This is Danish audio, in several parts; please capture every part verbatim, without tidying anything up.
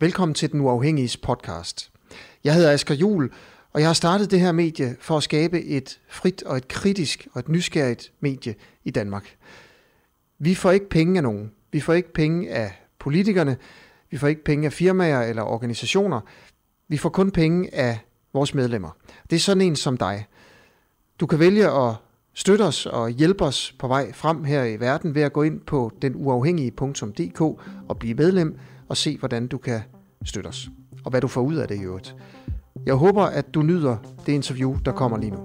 Velkommen til Den Uafhængiges podcast. Jeg hedder Asger Juhl, og jeg har startet det her medie for at skabe et frit og et kritisk og et nysgerrigt medie i Danmark. Vi får ikke penge af nogen. Vi får ikke penge af politikerne. Vi får ikke penge af firmaer eller organisationer. Vi får kun penge af vores medlemmer. Det er sådan en som dig. Du kan vælge at støtte os og hjælpe os på vej frem her i verden ved at gå ind på den uafhængige punktum d k og blive medlem og se, hvordan du kan støtte os, og hvad du får ud af det i øvrigt. Jeg håber, at du nyder det interview, der kommer lige nu.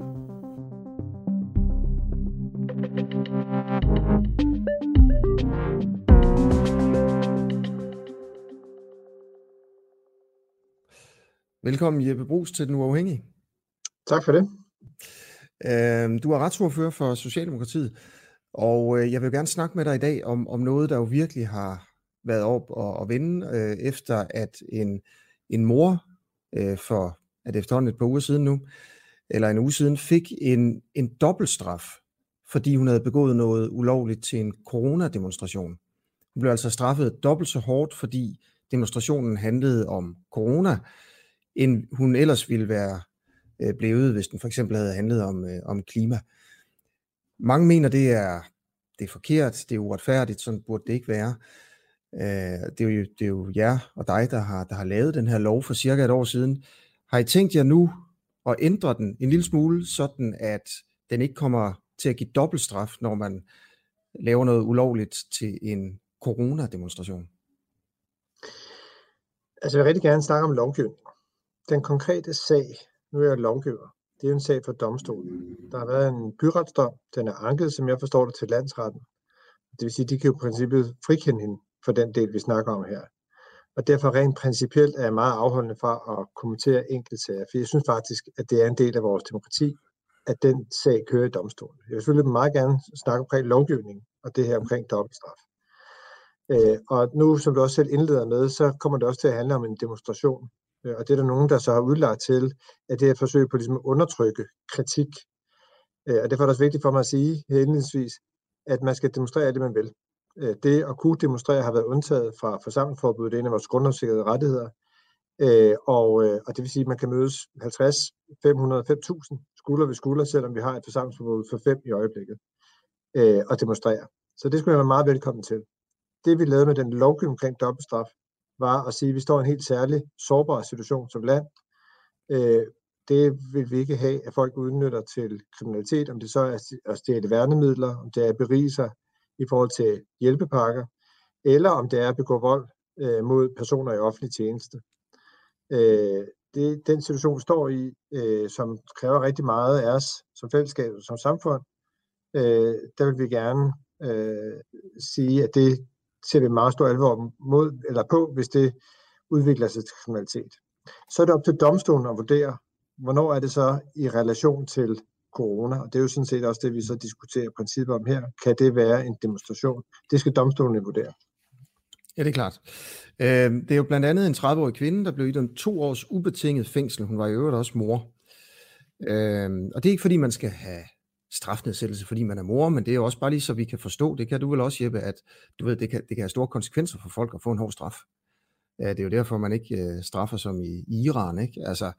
Velkommen Jeppe Bruus til Den Uafhængige. Tak for det. Du er retsordfører for Socialdemokratiet, og jeg vil gerne snakke med dig i dag om, om noget, der jo virkelig har været op og, og vende, øh, efter at en, en mor øh, for at efterhånden et par uger siden nu, eller en uge siden, fik en, en dobbeltstraf, fordi hun havde begået noget ulovligt til en coronademonstration. Hun blev altså straffet dobbelt så hårdt, fordi demonstrationen handlede om corona, end hun ellers ville være øh, blevet, hvis den for eksempel havde handlet om, øh, om klima. Mange mener, det er, det er forkert, det er uretfærdigt, sådan burde det ikke være. Det er, jo, det er jo jer og dig, der har, der har lavet den her lov for cirka et år siden. Har I tænkt jer nu at ændre den en lille smule, sådan at den ikke kommer til at give dobbeltstraf, når man laver noget ulovligt til en coronademonstration? Altså jeg vil rigtig gerne snakke om lovgivning. Den konkrete sag, nu er jeg lovgiver, det er en sag for domstolen. Der har været en byretsdom, den er anket, som jeg forstår det, til landsretten. Det vil sige, de kan jo i princippet frikende hende for den del, vi snakker om her. Og derfor rent principielt er jeg meget afholdende fra at kommentere enkeltsager, for jeg synes faktisk, at det er en del af vores demokrati, at den sag kører i domstolen. Jeg vil selvfølgelig meget gerne snakke omkring lovgivning, og det her omkring dobbeltstraf. Øh, og nu, som du også selv indleder med, så kommer det også til at handle om en demonstration. Øh, og det er der nogen, der så har udlagt til, at det er et forsøg på ligesom at undertrykke kritik. Øh, og derfor er det også vigtigt for mig at sige her indledningsvis, at man skal demonstrere det, man vil. Det at kunne demonstrere har været undtaget fra forsamlingsforbuddet, det er en af vores grundlovssikrede rettigheder, og, og det vil sige, at man kan mødes halvtreds, fem hundrede, fem tusind skulder ved skulder, selvom vi har et forsamlingsforbud for fem i øjeblikket, og demonstrere. Så det skulle jeg være meget velkommen til. Det vi lavede med den lovgivning omkring dobbeltstraf, var at sige, at vi står i en helt særlig sårbar situation som land. Det vil vi ikke have, at folk udnytter til kriminalitet, om det så er at stjæle værnemidler, om det er at berige sig i forhold til hjælpepakker, eller om det er at begå vold øh, mod personer i offentlig tjeneste. Øh, det er den situation, vi står i, øh, som kræver rigtig meget af os som fællesskab og som samfund. Øh, der vil vi gerne øh, sige, at det ser vi meget stor alvor mod, eller på, hvis det udvikler sig til kriminalitet. Så er det op til domstolen at vurdere, hvornår er det så i relation til corona, og det er jo sådan set også det, vi så diskuterer princippet om her. Kan det være en demonstration? Det skal domstolen vurdere. Ja, det er klart. Det er jo blandt andet en tredive-årig kvinde, der blev idømt to års ubetinget fængsel. Hun var i øvrigt også mor. Og det er ikke fordi, man skal have strafnedsættelse, fordi man er mor, men det er jo også bare lige så vi kan forstå, det kan du vel også, Jeppe, at du ved, det kan, det kan have store konsekvenser for folk at få en hård straf. Det er jo derfor, man ikke straffer som i Iran, ikke? Altså,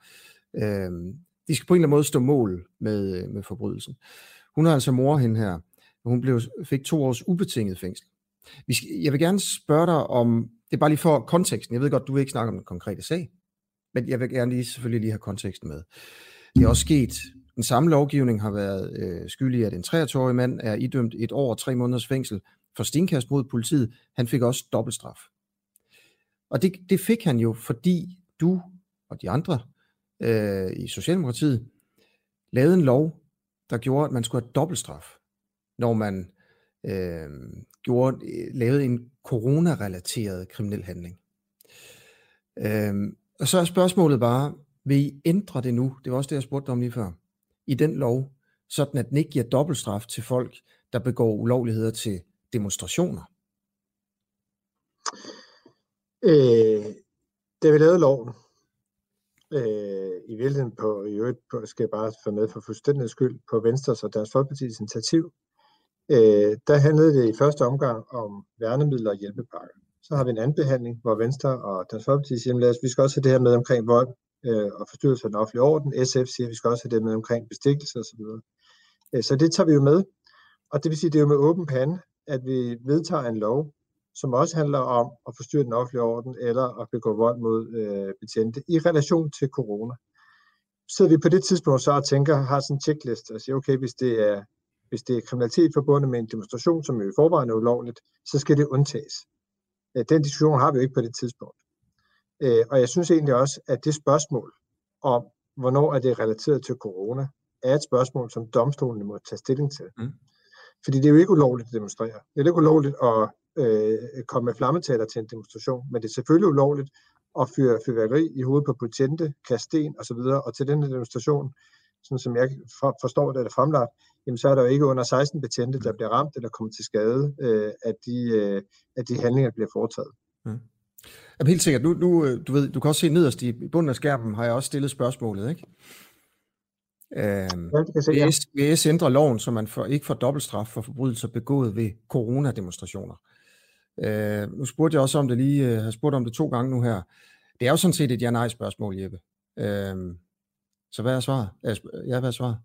de skal på en eller anden måde stå mål med, med forbrydelsen. Hun er altså mor, hende her. Hun blev, fik to års ubetinget fængsel. Vi skal, jeg vil gerne spørge dig om, det er bare lige for konteksten. Jeg ved godt, du vil ikke snakke om den konkrete sag, men jeg vil gerne lige, selvfølgelig lige have konteksten med. Det er også sket, den samme lovgivning har været øh, skyldig, at en treogtyve-årig mand er idømt et år og tre måneders fængsel for stenkast mod politiet. Han fik også dobbeltstraf. Og det, det fik han jo, fordi du og de andre øh, i Socialdemokratiet lavede en lov, der gjorde, at man skulle have dobbeltstraf, når man øh, gjorde, lavede en corona-relateret kriminel handling. Øh, og så er spørgsmålet bare, vil I ændre det nu? Det var også det, jeg spurgte om lige før. I den lov, sådan at den ikke giver dobbeltstraf til folk, der begår ulovligheder til demonstrationer? Øh, da vi lavede loven, øh, i virkeligheden på, i øvrigt på, skal jeg bare få med for fuldstændig skyld, på Venstres og Dansk Folkepartis initiativ, øh, der handlede det i første omgang om værnemidler og hjælpepakker. Så har vi en anden behandling, hvor Venstre og Dansk Folkeparti siger, at vi skal også have det her med omkring vold øh, og forstyrrelse af den offentlige orden. S F siger, at vi skal også have det med omkring bestikkelse osv. Øh, så det tager vi jo med. Og det vil sige, at det er jo med åben pande, at vi vedtager en lov, som også handler om at forstyrre den offentlige orden eller at begå vold mod øh, betjente i relation til corona. Så vi på det tidspunkt så og tænker, har sådan en checkliste og siger, okay, hvis det er, hvis det er kriminalitet forbundet med en demonstration, som jo i forvejen er ulovligt, så skal det undtages. Den diskussion har vi jo ikke på det tidspunkt. Og jeg synes egentlig også, at det spørgsmål om, hvornår er det relateret til corona, er et spørgsmål, som domstolene må tage stilling til. Mm. Fordi det er jo ikke ulovligt at demonstrere. Det er ikke ulovligt at øh, komme med flammetaler til en demonstration, men det er selvfølgelig ulovligt at fyre fyrværkeri i hovedet på betjente, kaste sten osv. Og til denne demonstration, sådan som jeg forstår det, er det fremlagt, jamen så er der jo ikke under seksten betjente, der bliver ramt eller kommer til skade, øh, at, de, øh, at de handlinger bliver foretaget. Mm. Jamen helt sikkert. Nu, nu, du, ved, du kan også se nederst i bunden af skærmen, har jeg også stillet spørgsmålet, ikke? Øhm, ja, det kan se, ja. V S ændrer loven, så man får, ikke får dobbeltstraf for forbrydelser begået ved coronademonstrationer. Øh, nu spurgte jeg også om det lige, jeg har spurgt om det to gange nu her. Det er jo sådan set et ja-nej-spørgsmål, Jeppe. Øh, så hvad er svaret? Ja, hvad er svaret?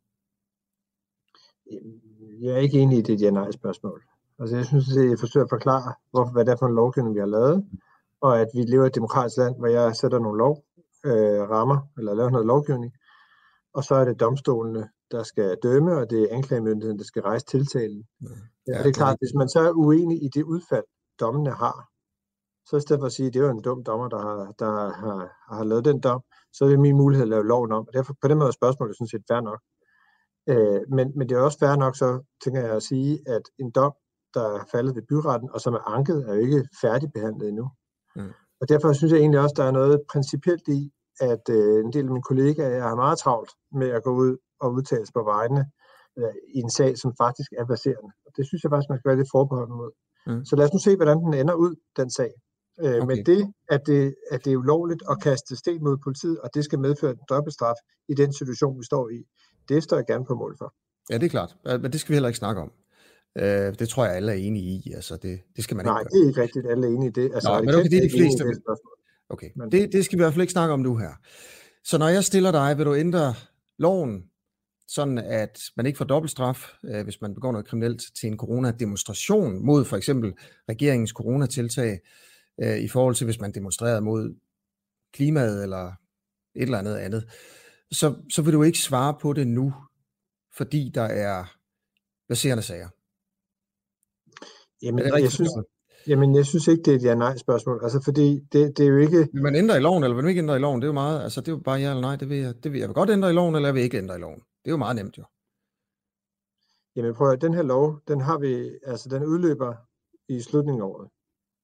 Jeg er ikke enig i det ja-nej-spørgsmål. Altså jeg synes, at jeg forsøger at forklare, hvorfor, hvad det er for en lovgivning, vi har lavet, og at vi lever i et demokratisk land, hvor jeg sætter nogle lov, øh, rammer, eller laver noget lovgivning, og så er det domstolene, der skal dømme, og det er anklagemyndigheden, der skal rejse tiltalen. Ja, ja, det er klart, at hvis man så er uenig i det udfald, dommene har, så i stedet for at sige, at det er jo en dum dommer, der har, der har, har lavet den dom, så er det min mulighed at lave loven om. Og derfor på den måde er spørgsmålet sådan set fair nok. Øh, men, men det er også fair nok, så tænker jeg at sige, at en dom, der er faldet ved byretten, og som er anket, er jo ikke færdigbehandlet endnu. Mm. Og derfor synes jeg egentlig også, at der er noget principielt i, at øh, en del af mine kollegaer har meget travlt med at gå ud og udtale sig på vegne øh, i en sag, som faktisk er baserende. Og det synes jeg faktisk, man skal være lidt forbeholden mod. Mm. Så lad os nu se, hvordan den ender ud, den sag. Øh, okay. Men det at, det, at det er ulovligt at kaste sten mod politiet, og det skal medføre en dobbeltstraf i den situation, vi står i, det står jeg gerne på mål for. Ja, det er klart. Men det skal vi heller ikke snakke om. Øh, det tror jeg, alle er enige i. Altså, det, det skal man Nej, ikke gøre. Det er ikke rigtigt, alle er enige i det. Altså, Nå, det men okay, det er de fleste. Det okay, men det, det skal vi i hvert fald ikke snakke om nu her. Så når jeg stiller dig, vil du ændre loven, sådan at man ikke får dobbeltstraf, øh, hvis man begår noget kriminelt, til en coronademonstration mod for eksempel regeringens coronatiltag, øh, i forhold til hvis man demonstrerer mod klimaet eller et eller andet andet, så, så vil du ikke svare på det nu, fordi der er verserende sager. Jamen, jeg synes, jamen, jeg synes ikke, det er et ja-nej-spørgsmål. Altså, fordi det, det er jo ikke... Vil man ændre i loven, eller vil man ikke ændre i loven? Det er jo meget... Altså, det er jo bare ja eller nej. Det vil jeg, det vil jeg vil godt ændre i loven, eller jeg vil ikke ændre i loven. Det er jo meget nemt, jo. Jamen, prøv at den her lov, den har vi... Altså, den udløber i slutningen af året.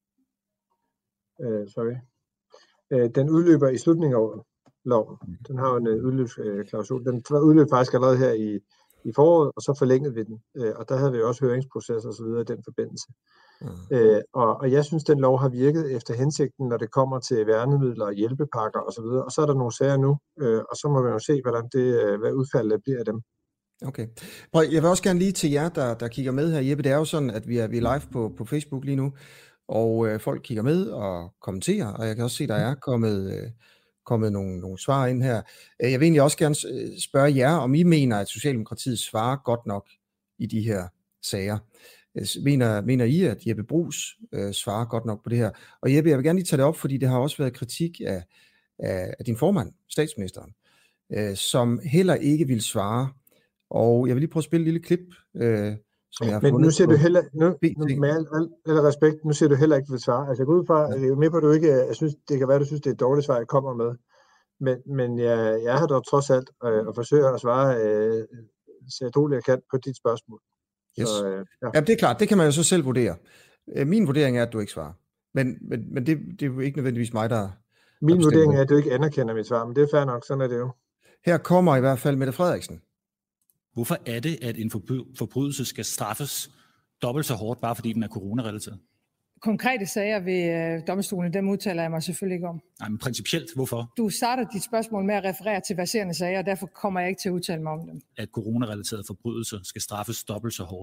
Uh, sorry. Uh, den udløber i slutningen af året, loven. Den har jo en udløbsklausul. Den udløb faktisk allerede her i... i foråret, og så forlængede vi den. Øh, og der havde vi jo også høringsprocesser og så videre i den forbindelse. Mm. Øh, og, og jeg synes, den lov har virket efter hensigten, når det kommer til værnemidler og hjælpepakker og så videre. Og så er der nogle sager nu, øh, og så må vi jo se, hvordan det, hvad udfaldet bliver af dem. Okay. Prøv, jeg vil også gerne lige til jer, der, der kigger med her, Jeppe. Det er jo sådan, at vi er, vi er live på, på Facebook lige nu, og øh, folk kigger med og kommenterer, og jeg kan også se, der er kommet... Øh, kommet nogle, nogle svar ind her. Jeg vil egentlig også gerne spørge jer, om I mener, at Socialdemokratiet svarer godt nok i de her sager. Mener, mener I, at Jeppe Bruus øh, svarer godt nok på det her? Og Jeppe, jeg vil gerne lige tage det op, fordi det har også været kritik af, af, af din formand, statsministeren, øh, som heller ikke vil svare. Og jeg vil lige prøve at spille et lille klip, øh, som jeg har Men fundet. nu siger du heller, nu, nu, med al, al, al respekt, nu siger du heller ikke vil svare. Altså jeg går ud fra, ja. Jeg er jo med på, at du ikke, jeg synes, det kan være, du synes, det er et dårligt svar, jeg kommer med. Men, men jeg, jeg har dog trods alt øh, at forsøge at svare øh, så dårligt jeg kan på dit spørgsmål. Yes. Så, øh, ja. Ja, det er klart, det kan man jo så selv vurdere. Min vurdering er, at du ikke svarer. Men, men, men det, det er jo ikke nødvendigvis mig, der... Min der vurdering er, at du ikke anerkender mit svar, men det er fair nok, sådan er det jo. Her kommer i hvert fald Mette Frederiksen. Hvorfor er det, at en forbrydelse skal straffes dobbelt så hårdt, bare fordi den er coronarelateret? Konkrete sager ved øh, domstolen, dem udtaler jeg mig selvfølgelig ikke om. Nej, men principielt, hvorfor? Du starter dit spørgsmål med at referere til verserende sager, og derfor kommer jeg ikke til at udtale mig om dem. At coronarelaterede forbrydelser skal straffes dobbelt så hårdt?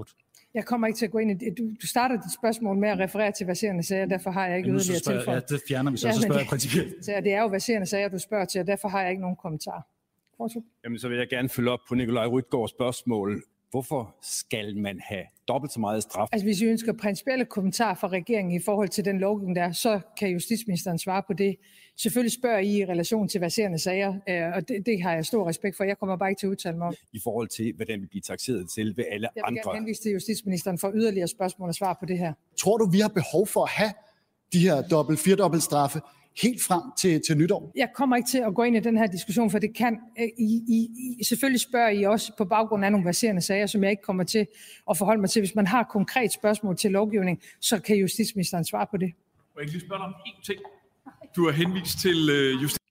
Jeg kommer ikke til at gå ind i det. Du, du starter dit spørgsmål med at referere til verserende sager, derfor har jeg ikke Jamen, yderligere tilføjet. Ja, det fjerner vi så, ja, så spørger jeg principielt. Så det er jo verserende sager, du spørger til, og derfor har jeg ikke nogen kommentar. Fortsæt. Jamen, så vil jeg gerne følge op på Nikolaj Rytgaards spørgsmål. Hvorfor skal man have dobbelt så meget straf? Altså, hvis I ønsker principielle kommentarer fra regeringen i forhold til den lovgivning der, så kan justitsministeren svare på det. Selvfølgelig spørger I i relation til verserende sager, og det, det har jeg stor respekt for. Jeg kommer bare ikke til at udtale mig om. I forhold til, hvad den vil blive takseret til ved alle jeg andre. Jeg vil gerne henvise til justitsministeren for yderligere spørgsmål og svar på det her. Tror du, vi har behov for at have de her dobbelt, firedobbelt straffe helt frem til, til nytår? Jeg kommer ikke til at gå ind i den her diskussion, for det kan I, I, I selvfølgelig spørger I også på baggrund af nogle verserende sager, som jeg ikke kommer til at forholde mig til. Hvis man har konkret spørgsmål til lovgivning, så kan justitsministeren svare på det. Må jeg ikke lige spørge dig om én ting? Du har henvist til øh, justits...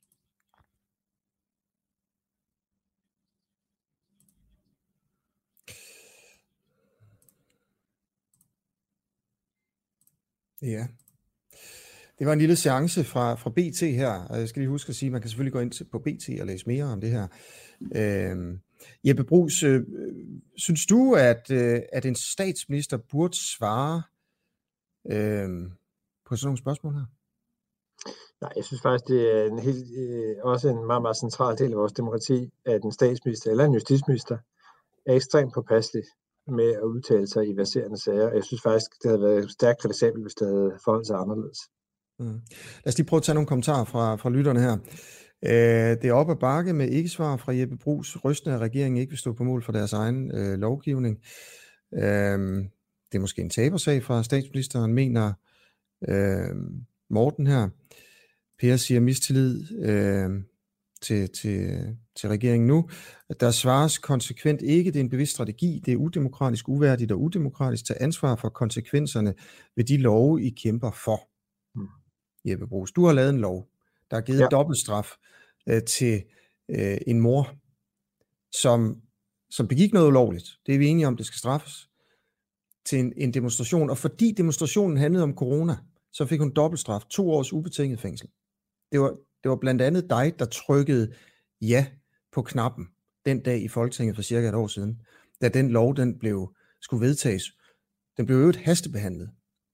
Ja. Det var en lille seance fra, fra B T her, og jeg skal lige huske at sige, at man kan selvfølgelig gå ind på B T og læse mere om det her. Øh, Jeppe Bruus, øh, synes du, at, øh, at en statsminister burde svare øh, på sådan nogle spørgsmål her? Nej, jeg synes faktisk, det er en helt, øh, også en meget, meget central del af vores demokrati, at en statsminister eller en justitsminister er ekstremt påpasselig med at udtale sig i verserende sager. Jeg synes faktisk, det havde været stærkt kritisabelt, hvis det havde forholdt sig anderledes. Mm. Lad os lige prøve at tage nogle kommentarer fra, fra lytterne her. Øh, det er op ad bakke med ikke-svar fra Jeppe Bruus. Rystende af regeringen ikke vil stå på mål for deres egen øh, lovgivning. Øh, det er måske en tabersag fra statsministeren, mener øh, Morten her. Per siger mistillid øh, til, til, til regeringen nu. Der svares konsekvent ikke. Det er en bevidst strategi. Det er udemokratisk, uværdigt og udemokratisk. Tag ansvar for konsekvenserne ved de love, I kæmper for. Hmm. Jeppe Bruus, du har lavet en lov, der har givet ja. dobbeltstraf øh, til øh, en mor, som, som begik noget ulovligt. Det er vi enige om, det skal straffes. Til en, en demonstration. Og fordi demonstrationen handlede om corona, så fik hun dobbeltstraf. To års ubetinget fængsel. Det var, det var blandt andet dig, der trykkede ja på knappen den dag i Folketinget for cirka et år siden, da den lov den blev, skulle vedtages. Den blev jo et hastebehandlet.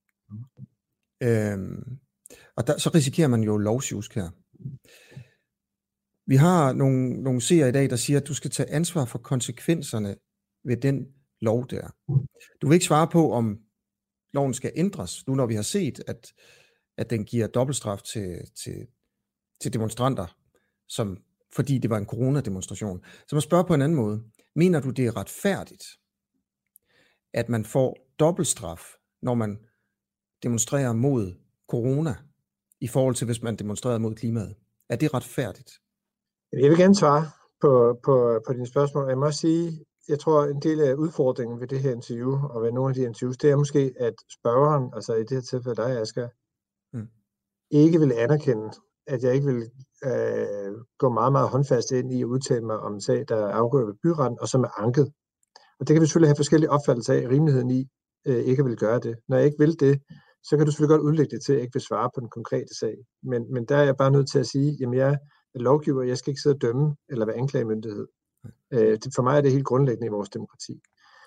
Øhm, og der, så risikerer man jo lovsjusk her. Vi har nogle, nogle seere i dag, der siger, at du skal tage ansvar for konsekvenserne ved den lov der. Du vil ikke svare på, om loven skal ændres, nu når vi har set, at, at den giver dobbeltstraf til, til, til demonstranter, som, fordi det var en coronademonstration. Så man spørger på en anden måde. Mener du, det er retfærdigt, at man får dobbeltstraf, når man demonstrerer mod corona, i forhold til hvis man demonstrerer mod klimaet? Er det retfærdigt? Jeg vil gerne svare på, på, på dine spørgsmål. Jeg må også sige, jeg tror, en del af udfordringen ved det her interview, og ved nogle af de interviews, det er måske, at spørgeren, altså i det her tilfælde dig, Asger, mm. ikke vil anerkende, at jeg ikke vil øh, gå meget, meget håndfast ind i at udtale mig om en sag, der er afgået ved byretten, og som er anket. Og det kan vi selvfølgelig have forskellige opfattelser af, rimeligheden i øh, ikke at vil gøre det. Når jeg ikke vil det, så kan du selvfølgelig godt udlægge det til, at jeg ikke vil svare på den konkrete sag. Men, men der er jeg bare nødt til at sige, jamen jeg er lovgiver, jeg skal ikke sidde og dømme, eller være anklagemyndighed. Øh, det, for mig er det helt grundlæggende i vores demokrati.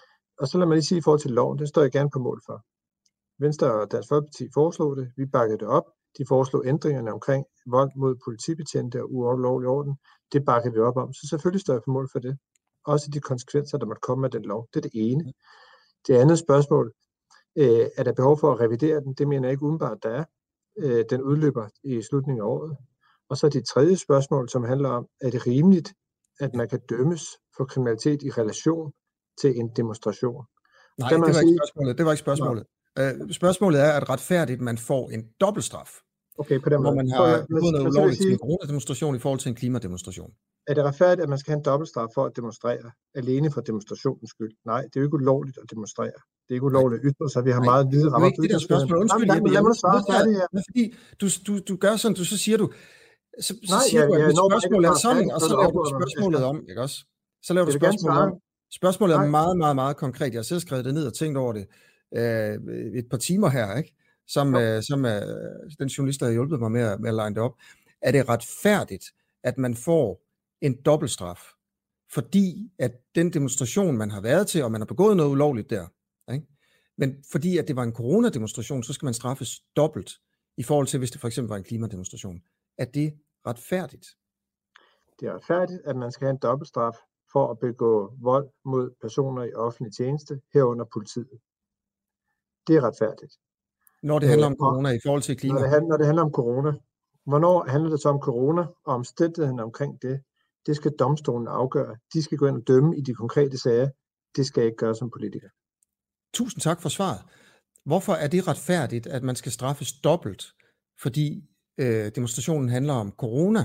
Og så lad mig lige sige i forhold til loven, det står jeg gerne på mål for. Venstre og Dansk Folkeparti foreslog det, vi bakkede det op. De foreslog ændringerne omkring vold mod politibetjente og ulovlig orden. Det bakkede vi op om, så selvfølgelig står jeg på mål for det. Også de konsekvenser, der måtte komme af den lov. Det er det ene. Det andet spørgsmål, øh, er der behov for at revidere den? Det mener jeg ikke umiddelbart, der er. Øh, den udløber i slutningen af året. Og så det tredje spørgsmål, som handler om, er det rimeligt, at man kan dømmes for kriminalitet i relation til en demonstration? Nej, det var, sige... ikke spørgsmålet. det var ikke spørgsmålet. Uh, spørgsmålet er, at retfærdigt, man får en dobbeltstraf, okay, på den hvor måde. man har begået noget ulovligt til en coronademonstration i forhold til en klimademonstration. Er det retfærdigt, at man skal have en dobbeltstraf for at demonstrere, alene for demonstrationens skyld? Nej, det er jo ikke ulovligt at demonstrere. Det er ikke ulovligt at ytre sig. Vi har nej, meget hvide rammer. Det er ikke det der spørgsmål. Undskyld, nej, nej, lad mig svare færdig her. Fordi du, du, du gør sådan, du, så siger du, så, så nej, siger ja, du, at ja, mit spørgsmål er sådan, og så laver du spørgsmålet om, ikke også? Så laver du spørgsmålet om. Spørgsmålet er meget, meget, meget konkret. Jeg har selv skrevet det ned og tænkt over det øh, et par timer her, ikke? Som, øh, som øh, den journalist, der har hjulpet mig med at, med at line det op. Er det retfærdigt, at man får en dobbeltstraf, fordi at den demonstration, man har været til, og man har begået noget ulovligt der, ikke? Men fordi at det var en coronademonstration, så skal man straffes dobbelt i forhold til, hvis det for eksempel var en klimademonstration. Er det retfærdigt? Det er retfærdigt, at man skal have en dobbeltstraf for at begå vold mod personer i offentlig tjeneste, herunder politiet. Det er retfærdigt. Når det handler om corona i forhold til klima? Når det, handler, når det handler om corona. Hvornår handler det så om corona, og omstændigheden omkring det? Det skal domstolen afgøre. De skal gå ind og dømme i de konkrete sager. Det skal jeg ikke gøre som politiker. Tusind tak for svaret. Hvorfor er det retfærdigt, at man skal straffes dobbelt, fordi øh, demonstrationen handler om corona?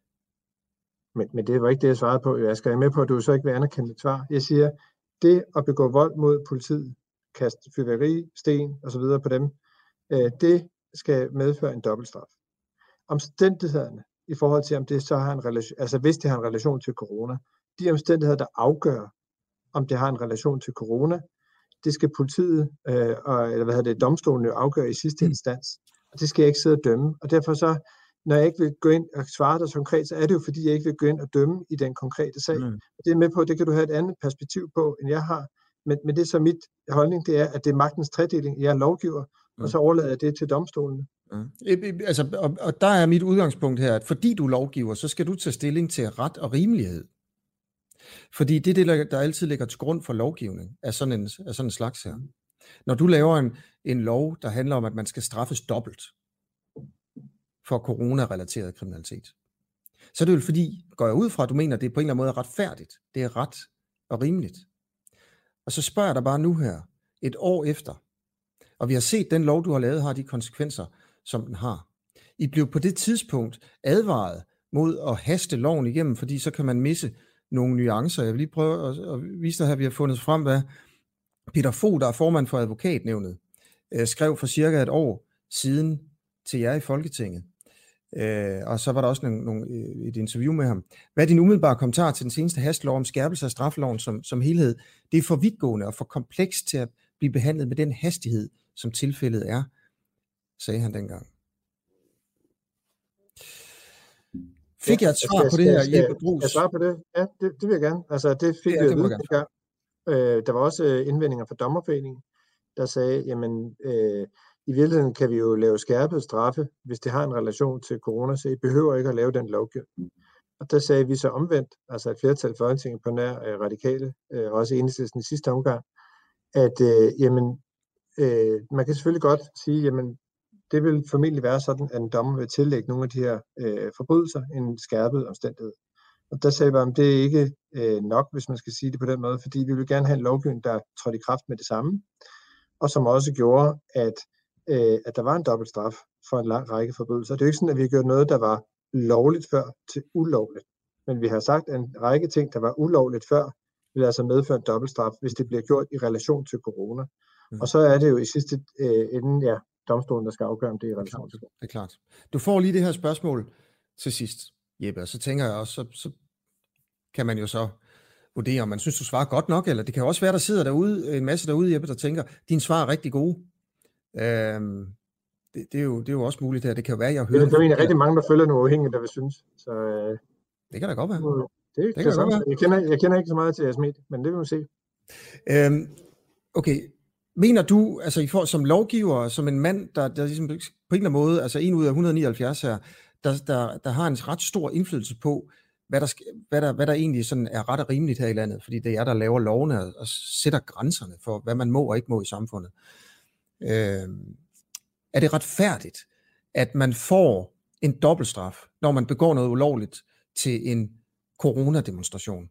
Men, men det var ikke det, jeg svarede på. Jeg skal med på, at du så ikke vil anerkende mit svar. Jeg siger, det at begå vold mod politiet, kaste fyrværkeri, sten osv. på dem, øh, det skal medføre en dobbeltstraf. Omstændighederne i forhold til, om det så har en relation, altså hvis det har en relation til corona, de omstændigheder, der afgør, om det har en relation til corona, det skal politiet, øh, og, eller hvad hedder det, domstolen jo afgøre i sidste instans. Og det skal jeg ikke sidde og dømme. Og derfor så, når jeg ikke vil gå ind og svare dig konkret, så er det jo fordi, jeg ikke vil gå ind og dømme i den konkrete sag. Mm. Det er med på, det kan du have et andet perspektiv på, end jeg har. Men, men det er så mit holdning, det er, at det er magtens tredeling. Jeg er lovgiver, mm. og så overlader jeg det til domstolen. Mm. Altså, og, og der er mit udgangspunkt her, at fordi du er lovgiver, så skal du tage stilling til ret og rimelighed. Fordi det er det, der altid ligger til grund for lovgivning, er sådan en, er sådan en slags her. Når du laver en, en lov, der handler om, at man skal straffes dobbelt for corona-relateret kriminalitet, så er det jo fordi, går jeg ud fra, at du mener, at det på en eller anden måde er retfærdigt. Det er ret og rimeligt. Og så spørger jeg dig bare nu her, et år efter, og vi har set, den lov, du har lavet, har de konsekvenser, som den har. I blev på det tidspunkt advaret mod at haste loven igennem, fordi så kan man misse nogle nuancer. Jeg vil lige prøve at, at vise dig her, vi har fundet frem, hvad Peter Fogh, der er formand for advokatnævnet, øh, skrev for cirka et år siden til jer i Folketinget. Øh, og så var der også nogle, nogle, et interview med ham. Hvad er din umiddelbare kommentar til den seneste hastelov om skærpelse af straffeloven som, som helhed? Det er for vidtgående og for komplekst til at blive behandlet med den hastighed, som tilfældet er, sagde han dengang. Fik jeg et svar på det her, Jeppe Bruus? Jeg svarer på det? Ja, det, det vil jeg gerne. Altså, det fik ja, vi det at vide. Øh, der var også øh, indvendinger fra Dommerforeningen, der sagde, jamen, øh, i virkeligheden kan vi jo lave skærpet straffe, hvis det har en relation til corona, så I behøver ikke at lave den lovgivning. Og der sagde vi så omvendt, altså et flertal i Folketinget på nær øh, radikale, øh, også Enhedslisten i sidste omgang, at øh, jamen, øh, man kan selvfølgelig godt sige, jamen, det vil formentlig være sådan, at en dommer vil tillægge nogle af de her øh, forbrydelser en skærpet omstændighed. Og der sagde vi, at det er ikke øh, nok, hvis man skal sige det på den måde, fordi vi vil gerne have en lovgivning, der trådte i kraft med det samme, og som også gjorde, at, øh, at der var en dobbelt straf for en lang række forbrydelser. Det er jo ikke sådan, at vi har gjort noget, der var lovligt før til ulovligt. Men vi har sagt, at en række ting, der var ulovligt før, vil altså medføre en dobbelt straf, hvis det bliver gjort i relation til corona. Mm. Og så er det jo i sidste øh, ende, ja, domstolen, der skal afgøre, om det er i relation til det. Det er klart. Du får lige det her spørgsmål til sidst, Jeppe, og så tænker jeg også, så, så kan man jo så vurdere, om man synes, du svarer godt nok, eller det kan jo også være, der sidder derude, en masse derude, Jeppe, der tænker, dine svar er rigtig gode. Øhm, det, det, er jo, det er jo også muligt her. Det kan jo være, jeg hører... Det er jo egentlig rigtig mange, der følger nogle uafhængige, der vil synes. Så, øh, det kan da godt være. Det, det, det kan kan godt være. Jeg kender, jeg kender ikke så meget til jeres medie, men det vil vi se. Øhm, okay. Mener du, altså I får som lovgiver, som en mand, der, der ligesom på en eller anden måde, altså en ud af et hundrede nioghalvfjerds her, der, der, der har en ret stor indflydelse på, hvad der, hvad, der, hvad der egentlig sådan er ret og rimeligt her i landet, fordi det er jer, der laver lovene og, og sætter grænserne for, hvad man må og ikke må i samfundet. Øh, er det retfærdigt, at man får en dobbeltstraf, når man begår noget ulovligt til en coronademonstration?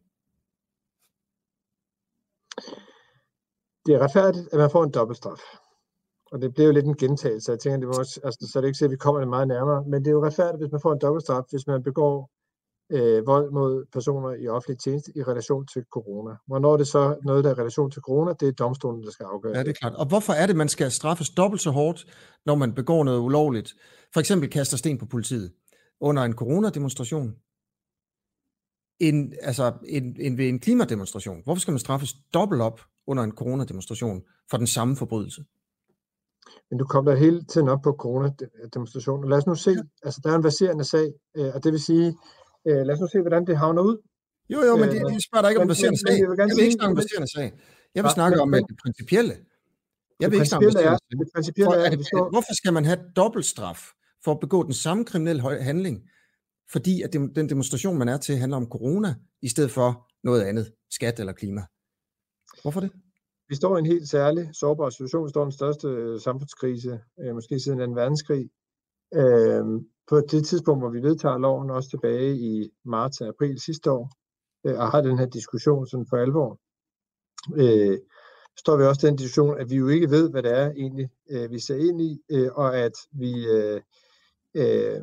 Det er retfærdigt, at man får en dobbeltstraf. Og det bliver jo lidt en gentagelse. Jeg tænker, det var også, altså, så er det ikke så, at vi kommer det meget nærmere. Men det er jo retfærdigt, hvis man får en dobbeltstraf, hvis man begår øh, vold mod personer i offentlig tjeneste i relation til corona. Hvornår er det så noget, der er i relation til corona? Det er domstolen, der skal afgøre. Ja, det er klart. Og hvorfor er det, man skal straffes dobbelt så hårdt, når man begår noget ulovligt? For eksempel kaster sten på politiet under en coronademonstration. En, altså en, en, ved en klimademonstration. Hvorfor skal man straffes dobbelt op under en coronademonstration for den samme forbrydelse? Men du kommer hele tiden op på coronademonstrationen. Lad os nu se, altså der er en verserende sag, og det vil sige, lad os nu se, hvordan det havner ud. Jo, jo, men det, det spørger dig ikke om en verserende sag. Jeg vil, jeg vil ikke snakke om en verserende sag. Jeg vil snakke om det principielle. Jeg vil ikke snakke om principielle er, verserende det principielle For, er, er at det, vi er, står, hvorfor skal man have dobbelt straf for at begå den samme kriminelle høj- handling, fordi at dem- den demonstration, man er til, handler om corona, i stedet for noget andet, skat eller klima? Hvorfor det? vi står i en helt særlig sårbar situation. Vi står i den største øh, samfundskrise, øh, måske siden anden verdenskrig. Øh, på det tidspunkt, hvor vi vedtager loven, også tilbage i marts og april sidste år, øh, og har den her diskussion sådan for alvor, øh, står vi også i den diskussion, at vi jo ikke ved, hvad det er egentlig, øh, vi ser ind i, øh, og at vi øh, øh,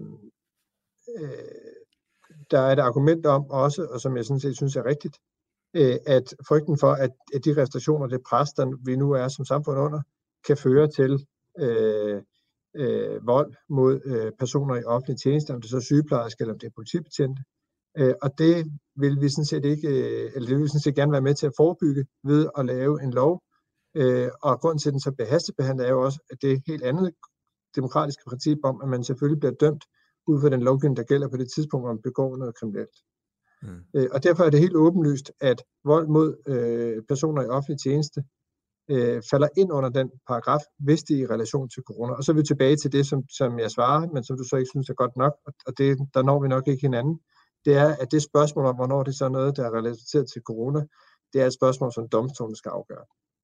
øh, der er et argument om også, og som jeg sådan set synes er rigtigt, øh, at frygten for, at, at de restriktioner, det pres, der vi nu er som samfund under, kan føre til øh, øh, vold mod øh, personer i offentlige tjenester, om det så er sygeplejersker eller om det er politibetjente. Øh, og det vil vi sådan set ikke, øh, eller det vil vi sådan set gerne være med til at forebygge ved at lave en lov. Øh, og grunden til, at den så bliver hastebehandlet, er jo også, at det er et helt andet demokratiske princip om, at man selvfølgelig bliver dømt ud fra den lovgivning, der gælder på det tidspunkt, hvor man begår noget kriminelt. Mm. Øh, og derfor er det helt åbenlyst, at vold mod øh, personer i offentlig tjeneste øh, falder ind under den paragraf, hvis det er i relation til corona. Og så er vi tilbage til det, som, som jeg svarer, men som du så ikke synes er godt nok, og det, der når vi nok ikke hinanden. Det er, at det spørgsmål om, hvornår det så er noget, der er relateret til corona, det er et spørgsmål, som domstolen skal afgøre.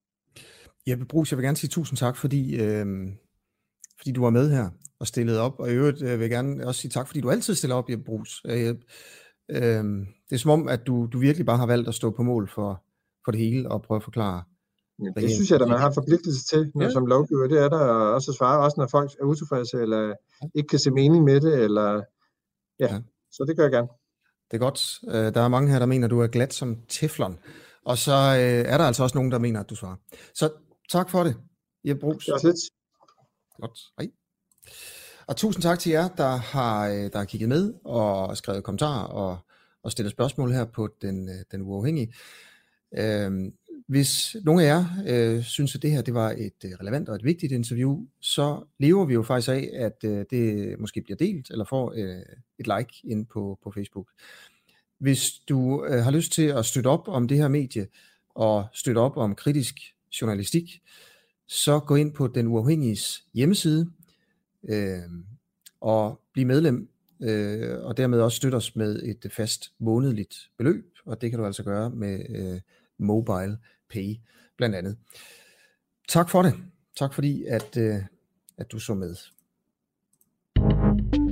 Jeppe Bruus, jeg vil gerne sige tusind tak, fordi, øh, fordi du var med her og stillede op. Og i øvrigt øh, vil jeg gerne også sige tak, fordi du altid stiller op, Jeppe Bruus. Øh, øh, det er som om, at du, du virkelig bare har valgt at stå på mål for, for det hele og prøve at forklare. Jamen, det synes jeg, at man har forpligtelse til, når, ja. som lovgiver. Det er der også at svare, også når folk er utilfredse, eller ikke kan se mening med det, eller ja, ja. Så det gør jeg gerne. Det er godt. Der er mange her, der mener, at du er glat som teflon. Og så øh, er der altså også nogen, der mener, at du svarer. Så tak for det, Jeppe Bruus. Det er lidt. Godt. Hej. Og tusind tak til jer, der har, der har kigget med og skrevet kommentarer og, og stillet spørgsmål her på Den, den Uafhængige. Øhm, hvis nogle af jer øh, synes, at det her det var et øh, relevant og et vigtigt interview, så lever vi jo faktisk af, at øh, det måske bliver delt eller får øh, et like ind på, på Facebook. Hvis du øh, har lyst til at støtte op om det her medie og støtte op om kritisk journalistik, så gå ind på Den Uafhængiges hjemmeside øh, og bliv medlem, øh, og dermed også støtte os med et fast månedligt beløb, og det kan du altså gøre med øh, Mobile Pay blandt andet. Tak for det. Tak fordi, at, øh, at du så med.